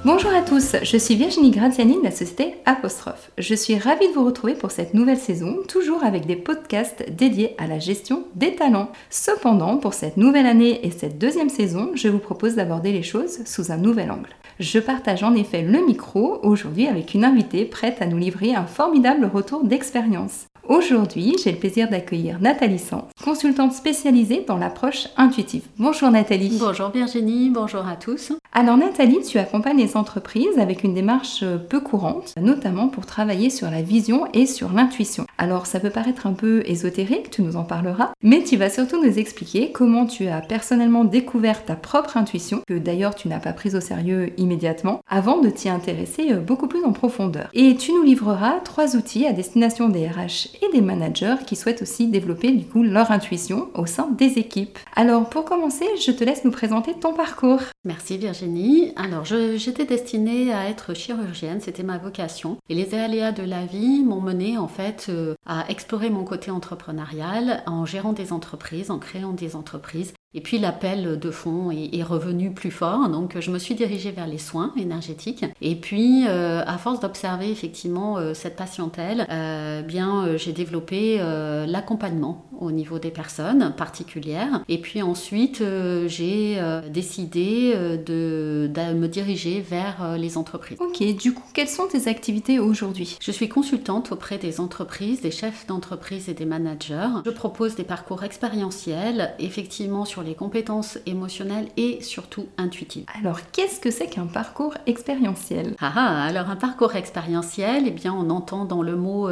Bonjour à tous, je suis Virginie Graziani de la société Apostrophe. Je suis ravie de vous retrouver pour cette nouvelle saison, toujours avec des podcasts dédiés à la gestion des talents. Cependant, pour cette nouvelle année et cette deuxième saison, je vous propose d'aborder les choses sous un nouvel angle. Je partage en effet le micro aujourd'hui avec une invitée prête à nous livrer un formidable retour d'expérience. Aujourd'hui, j'ai le plaisir d'accueillir Nathalie Sens, consultante spécialisée dans l'approche intuitive. Bonjour Nathalie. Bonjour Virginie, bonjour à tous. Alors Nathalie, tu accompagnes les entreprises avec une démarche peu courante, notamment pour travailler sur la vision et sur l'intuition. Alors ça peut paraître un peu ésotérique, tu nous en parleras, mais tu vas surtout nous expliquer comment tu as personnellement découvert ta propre intuition, que d'ailleurs tu n'as pas prise au sérieux immédiatement, avant de t'y intéresser beaucoup plus en profondeur. Et tu nous livreras 3 outils à destination des RH et des managers qui souhaitent aussi développer du coup leur intuition au sein des équipes. Alors pour commencer, je te laisse nous présenter ton parcours. Merci Virginie. Alors j'étais destinée à être chirurgienne, c'était ma vocation. Et les aléas de la vie m'ont menée en fait à explorer mon côté entrepreneurial en gérant des entreprises, en créant des entreprises. Et puis l'appel de fond est revenu plus fort, donc je me suis dirigée vers les soins énergétiques. Et puis à force d'observer effectivement cette patientèle, j'ai développé l'accompagnement au niveau des personnes particulières. Et puis ensuite j'ai décidé de me diriger vers les entreprises. Ok, du coup quelles sont tes activités aujourd'hui ? Je suis consultante auprès des entreprises, des chefs d'entreprise et des managers. Je propose des parcours expérientiels, effectivement sur les compétences émotionnelles et surtout intuitives. Alors, qu'est-ce que c'est qu'un parcours expérientiel ? Alors un parcours expérientiel, eh bien on entend dans le mot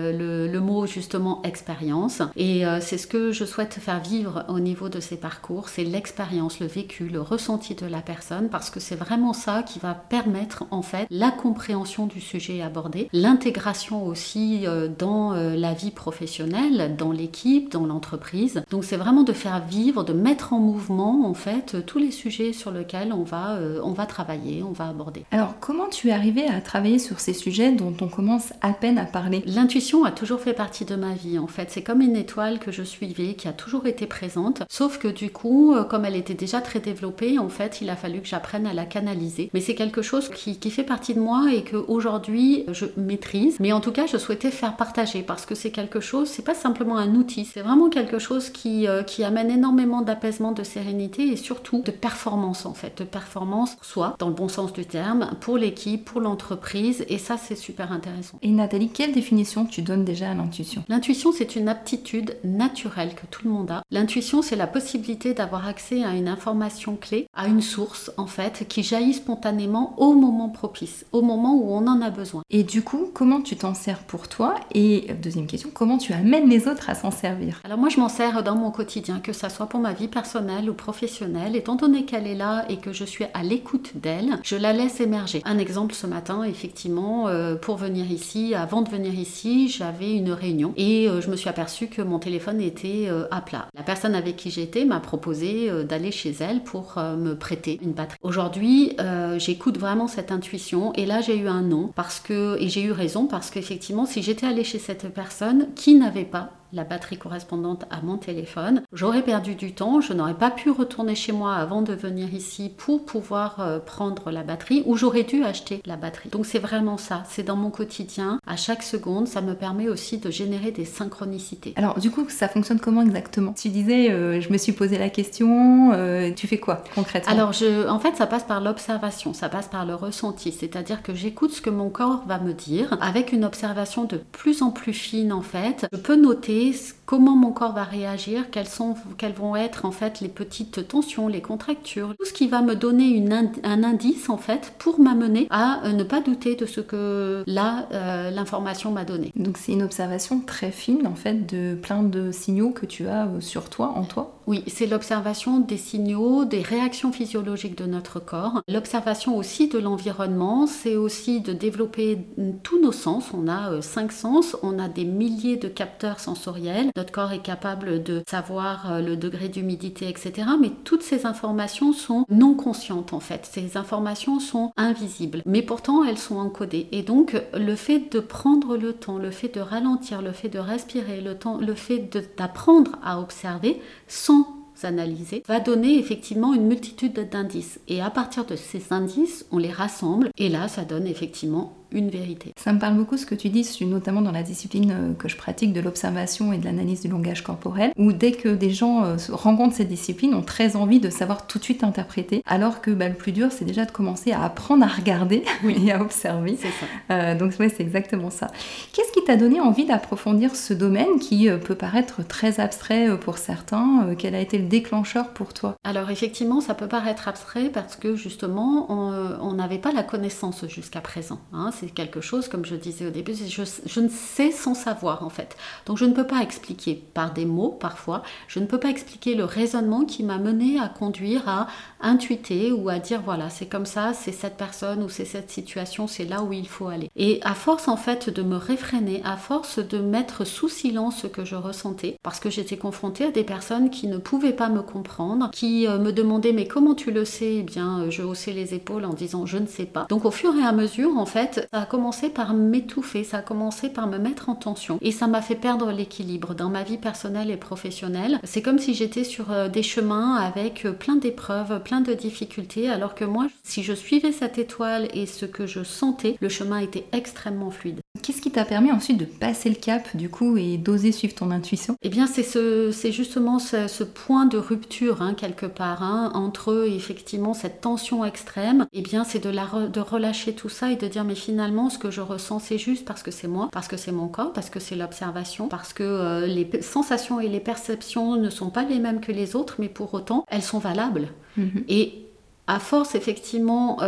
justement expérience, et c'est ce que je souhaite faire vivre au niveau de ces parcours, c'est l'expérience, le vécu, le ressenti de la personne, parce que c'est vraiment ça qui va permettre en fait la compréhension du sujet abordé, l'intégration aussi dans la vie professionnelle, dans l'équipe, dans l'entreprise. Donc c'est vraiment de faire vivre, de mettre en mouvement en fait tous les sujets sur lesquels on va travailler, on va aborder. Alors comment tu es arrivée à travailler sur ces sujets dont on commence à peine à parler ? L'intuition a toujours fait partie de ma vie en fait, c'est comme une étoile que je suivais, qui a toujours été présente, sauf que du coup, comme elle était déjà très développée, en fait il a fallu que j'apprenne à la canaliser. Mais c'est quelque chose qui fait partie de moi et qu'aujourd'hui je maîtrise, mais en tout cas je souhaitais faire partager, parce que c'est quelque chose, c'est pas simplement un outil, c'est vraiment quelque chose qui amène énormément d'apaisement, de sérénité et surtout de performance en fait, de performance pour soi, dans le bon sens du terme, pour l'équipe, pour l'entreprise, et ça c'est super intéressant. Et Nathalie, quelle définition tu donnes déjà à l'intuition ? L'intuition, c'est une aptitude naturelle que tout le monde a. L'intuition, c'est la possibilité d'avoir accès à une information clé, à une source en fait, qui jaillit spontanément au moment propice, au moment où on en a besoin. Et du coup, comment tu t'en sers pour toi ? Et deuxième question, comment tu amènes les autres à s'en servir ? Alors moi, je m'en sers dans mon quotidien, que ça soit pour ma vie personnelle ou professionnelle. Étant donné qu'elle est là et que je suis à l'écoute d'elle, je la laisse émerger. Un exemple, ce matin, effectivement, pour venir ici, avant de venir ici, j'avais une réunion et je me suis aperçue que mon téléphone était à plat. La personne avec qui j'étais m'a proposé d'aller chez elle pour me prêter une batterie. Aujourd'hui, j'écoute vraiment cette intuition, et là j'ai eu un non, et j'ai eu raison, parce qu'effectivement, si j'étais allée chez cette personne qui n'avait pas la batterie correspondante à mon téléphone, j'aurais perdu du temps, je n'aurais pas pu retourner chez moi avant de venir ici pour pouvoir prendre la batterie, ou j'aurais dû acheter la batterie. Donc c'est vraiment ça, c'est dans mon quotidien, à chaque seconde, ça me permet aussi de générer des synchronicités. Alors du coup, ça fonctionne comment exactement ? Tu disais, je me suis posé la question, tu fais quoi concrètement ? Alors en fait, ça passe par l'observation, ça passe par le ressenti, c'est-à-dire que j'écoute ce que mon corps va me dire, avec une observation de plus en plus fine en fait. Je peux noter comment mon corps va réagir, quelles vont être en fait les petites tensions, les contractures, tout ce qui va me donner un indice en fait pour m'amener à ne pas douter de ce que l'information m'a donné. Donc c'est une observation très fine en fait de plein de signaux que tu as sur toi, en toi ? Oui, c'est l'observation des signaux, des réactions physiologiques de notre corps. L'observation aussi de l'environnement, c'est aussi de développer tous nos sens. On a 5 sens, on a des milliers de capteurs sensoriels. Notre corps est capable de savoir le degré d'humidité, etc. Mais toutes ces informations sont non conscientes en fait. Ces informations sont invisibles, mais pourtant elles sont encodées. Et donc le fait de prendre le temps, le fait de ralentir, le fait de respirer, le fait d'apprendre à observer sans analysés, va donner effectivement une multitude d'indices. Et à partir de ces indices, on les rassemble et là, ça donne effectivement une vérité. Ça me parle beaucoup ce que tu dis, notamment dans la discipline que je pratique de l'observation et de l'analyse du langage corporel, où dès que des gens rencontrent cette discipline, ont très envie de savoir tout de suite interpréter, alors que le plus dur, c'est déjà de commencer à apprendre à regarder et à observer. C'est ça. Donc ouais, c'est exactement ça. Qu'est-ce qui t'a donné envie d'approfondir ce domaine qui peut paraître très abstrait pour certains? Quel a été le déclencheur pour toi? Alors effectivement, ça peut paraître abstrait parce que justement, on n'avait pas la connaissance jusqu'à présent. C'est quelque chose, comme je disais au début, je ne sais sans savoir en fait. Donc je ne peux pas expliquer par des mots parfois, je ne peux pas expliquer le raisonnement qui m'a mené à conduire à intuiter ou à dire voilà, c'est comme ça, c'est cette personne ou c'est cette situation, c'est là où il faut aller. Et à force en fait de me réfréner, à force de mettre sous silence ce que je ressentais, parce que j'étais confrontée à des personnes qui ne pouvaient pas me comprendre, qui me demandaient mais comment tu le sais? Eh bien, je haussais les épaules en disant je ne sais pas. Donc au fur et à mesure en fait, ça a commencé par m'étouffer, ça a commencé par me mettre en tension et ça m'a fait perdre l'équilibre dans ma vie personnelle et professionnelle. C'est comme si j'étais sur des chemins avec plein d'épreuves, plein de difficultés, alors que moi, si je suivais cette étoile et ce que je sentais, le chemin était extrêmement fluide. Qu'est-ce qui t'a permis ensuite de passer le cap du coup et d'oser suivre ton intuition? Eh bien, c'est justement ce point de rupture quelque part entre effectivement cette tension extrême. Eh bien, c'est de relâcher tout ça et de dire mais finalement, ce que je ressens, c'est juste parce que c'est moi, parce que c'est mon corps, parce que c'est l'observation, parce que les sensations et les perceptions ne sont pas les mêmes que les autres, mais pour autant, elles sont valables. Et à force effectivement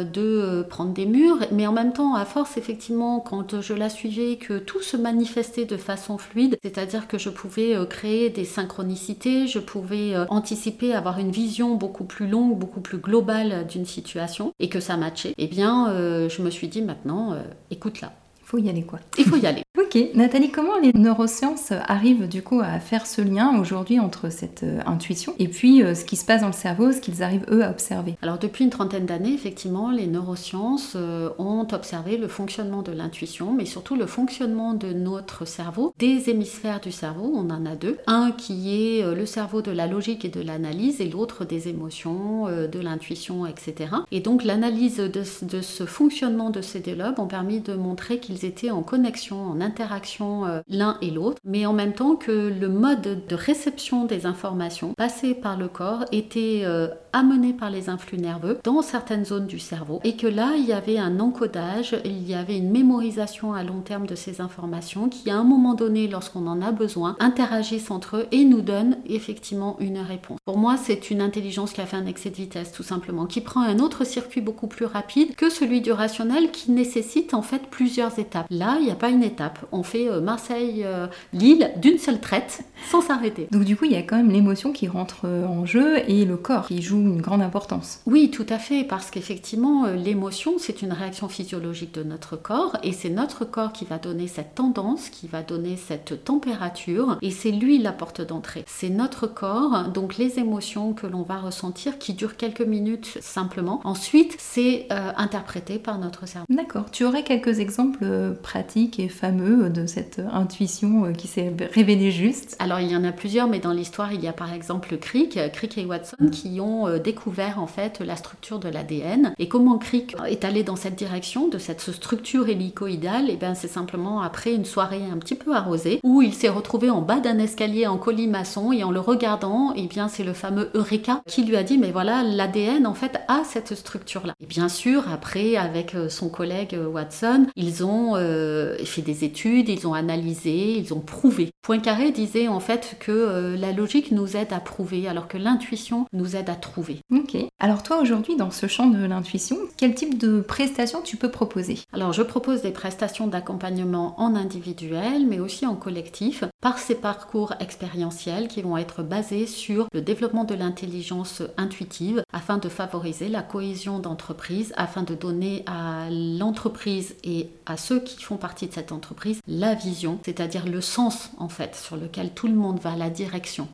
de prendre des murs, mais en même temps à force effectivement quand je la suivais que tout se manifestait de façon fluide, c'est-à-dire que je pouvais créer des synchronicités, je pouvais anticiper, avoir une vision beaucoup plus longue, beaucoup plus globale d'une situation et que ça matchait, eh bien je me suis dit maintenant écoute-la. Il faut y aller quoi. Il faut y aller. Ok, Nathalie, comment les neurosciences arrivent du coup à faire ce lien aujourd'hui entre cette intuition et puis ce qui se passe dans le cerveau, ce qu'ils arrivent eux à observer? Alors depuis une trentaine d'années, effectivement, les neurosciences ont observé le fonctionnement de l'intuition, mais surtout le fonctionnement de notre cerveau, des hémisphères du cerveau, on en a deux. Un qui est le cerveau de la logique et de l'analyse et l'autre des émotions, de l'intuition, etc. Et donc l'analyse de ce fonctionnement de ces deux lobes ont permis de montrer qu'ils étaient en connexion, en interaction l'un et l'autre, mais en même temps que le mode de réception des informations passées par le corps était amené par les influx nerveux dans certaines zones du cerveau et que là il y avait un encodage, il y avait une mémorisation à long terme de ces informations qui à un moment donné lorsqu'on en a besoin interagissent entre eux et nous donnent effectivement une réponse. Pour moi c'est une intelligence qui a fait un excès de vitesse tout simplement, qui prend un autre circuit beaucoup plus rapide que celui du rationnel qui nécessite en fait plusieurs étapes. Là il n'y a pas une étape, on fait Marseille-Lille d'une seule traite sans s'arrêter. Donc du coup il y a quand même l'émotion qui rentre en jeu et le corps qui joue une grande importance. Oui, tout à fait, parce qu'effectivement, l'émotion, c'est une réaction physiologique de notre corps, et c'est notre corps qui va donner cette tendance, qui va donner cette température, et c'est lui la porte d'entrée. C'est notre corps, donc les émotions que l'on va ressentir, qui durent quelques minutes simplement. Ensuite, c'est interprété par notre cerveau. D'accord. Tu aurais quelques exemples pratiques et fameux de cette intuition qui s'est révélée juste? Alors, il y en a plusieurs, mais dans l'histoire, il y a par exemple Crick et Watson, qui ont découvert en fait la structure de l'ADN et comment Crick est allé dans cette direction de cette structure hélicoïdale. Et bien c'est simplement après une soirée un petit peu arrosée où il s'est retrouvé en bas d'un escalier en colimaçon et en le regardant, et bien c'est le fameux Eureka qui lui a dit mais voilà, l'ADN en fait a cette structure là. Et bien sûr après avec son collègue Watson, ils ont fait des études, ils ont analysé, ils ont prouvé. Poincaré disait en fait que la logique nous aide à prouver alors que l'intuition nous aide à trouver. Ok. Alors toi aujourd'hui dans ce champ de l'intuition, quel type de prestations tu peux proposer? Alors je propose des prestations d'accompagnement en individuel mais aussi en collectif par ces parcours expérientiels qui vont être basés sur le développement de l'intelligence intuitive afin de favoriser la cohésion d'entreprise, afin de donner à l'entreprise et à ceux qui font partie de cette entreprise la vision, c'est-à-dire le sens en fait sur lequel tout le monde va, la direction.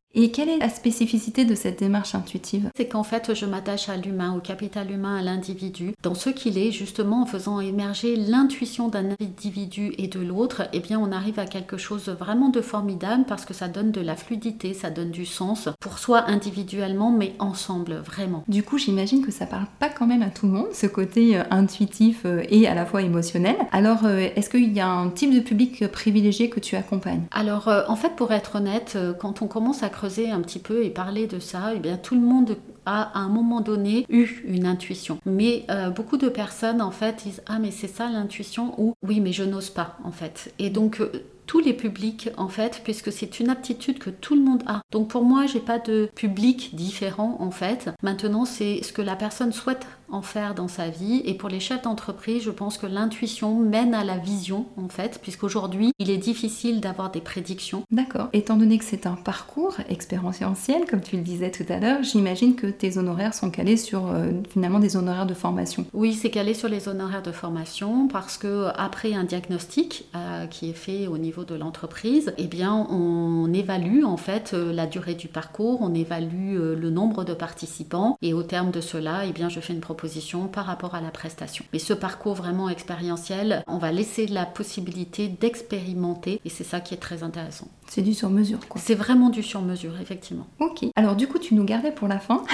Et quelle est la spécificité de cette démarche intuitive? C'est qu'en fait, je m'attache à l'humain, au capital humain, à l'individu, dans ce qu'il est, justement en faisant émerger l'intuition d'un individu et de l'autre, eh bien on arrive à quelque chose vraiment de formidable parce que ça donne de la fluidité, ça donne du sens pour soi individuellement, mais ensemble, vraiment. Du coup, j'imagine que ça parle pas quand même à tout le monde, ce côté intuitif et à la fois émotionnel. Alors, est-ce qu'il y a un type de public privilégié que tu accompagnes? Alors, en fait, pour être honnête, quand on commence à creuser un petit peu et parler de ça, eh bien tout le monde a à un moment donné eu une intuition. Mais beaucoup de personnes en fait disent ah mais c'est ça l'intuition ou oui mais je n'ose pas en fait. Et donc tous les publics en fait puisque c'est une aptitude que tout le monde a. Donc pour moi j'ai pas de public différent en fait. Maintenant c'est ce que la personne souhaite en faire dans sa vie et pour les chefs d'entreprise je pense que l'intuition mène à la vision en fait puisqu'aujourd'hui il est difficile d'avoir des prédictions. D'accord. Étant donné que c'est un parcours expérientiel comme tu le disais tout à l'heure, j'imagine que tes honoraires sont calés sur finalement des honoraires de formation. Oui, c'est calé sur les honoraires de formation parce que après un diagnostic qui est fait au niveau de l'entreprise, eh bien on évalue en fait la durée du parcours, on évalue le nombre de participants et au terme de cela, eh bien je fais une proposition par rapport à la prestation. Mais ce parcours vraiment expérientiel, on va laisser la possibilité d'expérimenter et c'est ça qui est très intéressant. C'est du sur-mesure quoi. C'est vraiment du sur-mesure, effectivement. Ok. Alors du coup, tu nous gardais pour la fin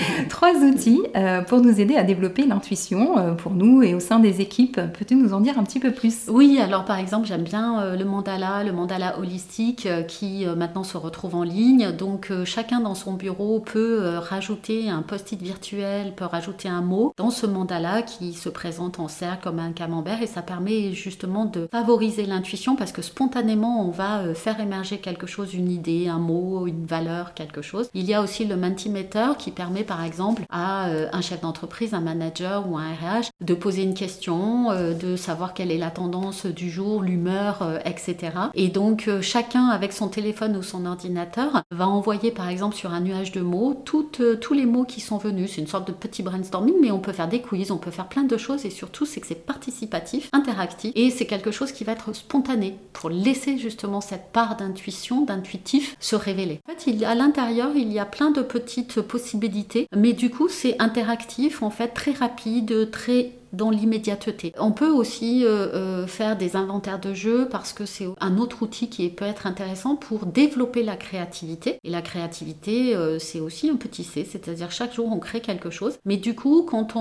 3 outils pour nous aider à développer l'intuition pour nous et au sein des équipes. Peux-tu nous en dire un petit peu plus? Oui, alors par exemple, j'aime bien le mandala holistique qui maintenant se retrouve en ligne. Donc chacun dans son bureau peut rajouter un post-it virtuel, peut rajouter un mot dans ce mandala qui se présente en cercle comme un camembert et ça permet justement de favoriser l'intuition parce que spontanément, on va faire émerger quelque chose, une idée, un mot, une valeur, quelque chose. Il y a aussi le Mentimeter qui permet par exemple à un chef d'entreprise, un manager ou un RH de poser une question, de savoir quelle est la tendance du jour, l'humeur, etc. Et donc chacun avec son téléphone ou son ordinateur va envoyer par exemple sur un nuage de mots tous les mots qui sont venus. C'est une sorte de petit brainstorming mais on peut faire des quiz, on peut faire plein de choses et surtout c'est que c'est participatif, interactif et c'est quelque chose qui va être spontané pour laisser justement cette part d'intuitif se révéler. En fait, à l'intérieur, il y a plein de petites possibilités, mais du coup, c'est interactif, en fait, très rapide, très dans l'immédiateté. On peut aussi faire des inventaires de jeux parce que c'est un autre outil qui peut être intéressant pour développer la créativité. Et la créativité, c'est aussi un petit C, c'est-à-dire chaque jour on crée quelque chose. Mais du coup, quand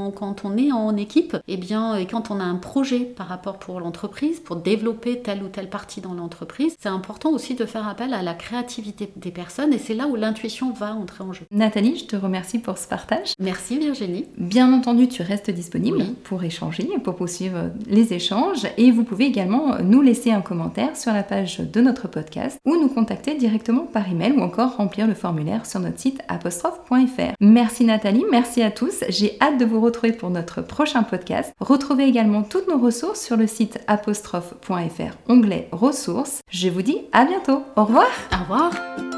on est en équipe, eh bien, et quand on a un projet par rapport pour l'entreprise, pour développer telle ou telle partie dans l'entreprise, c'est important aussi de faire appel à la créativité des personnes et c'est là où l'intuition va entrer en jeu. Nathalie, je te remercie pour ce partage. Merci Virginie. Bien entendu, tu restes disponible pour échanger, pour poursuivre les échanges et vous pouvez également nous laisser un commentaire sur la page de notre podcast ou nous contacter directement par email ou encore remplir le formulaire sur notre site apostrophe.fr. Merci Nathalie, merci à tous. J'ai hâte de vous retrouver pour notre prochain podcast. Retrouvez également toutes nos ressources sur le site apostrophe.fr, onglet ressources. Je vous dis à bientôt. Au revoir. Au revoir.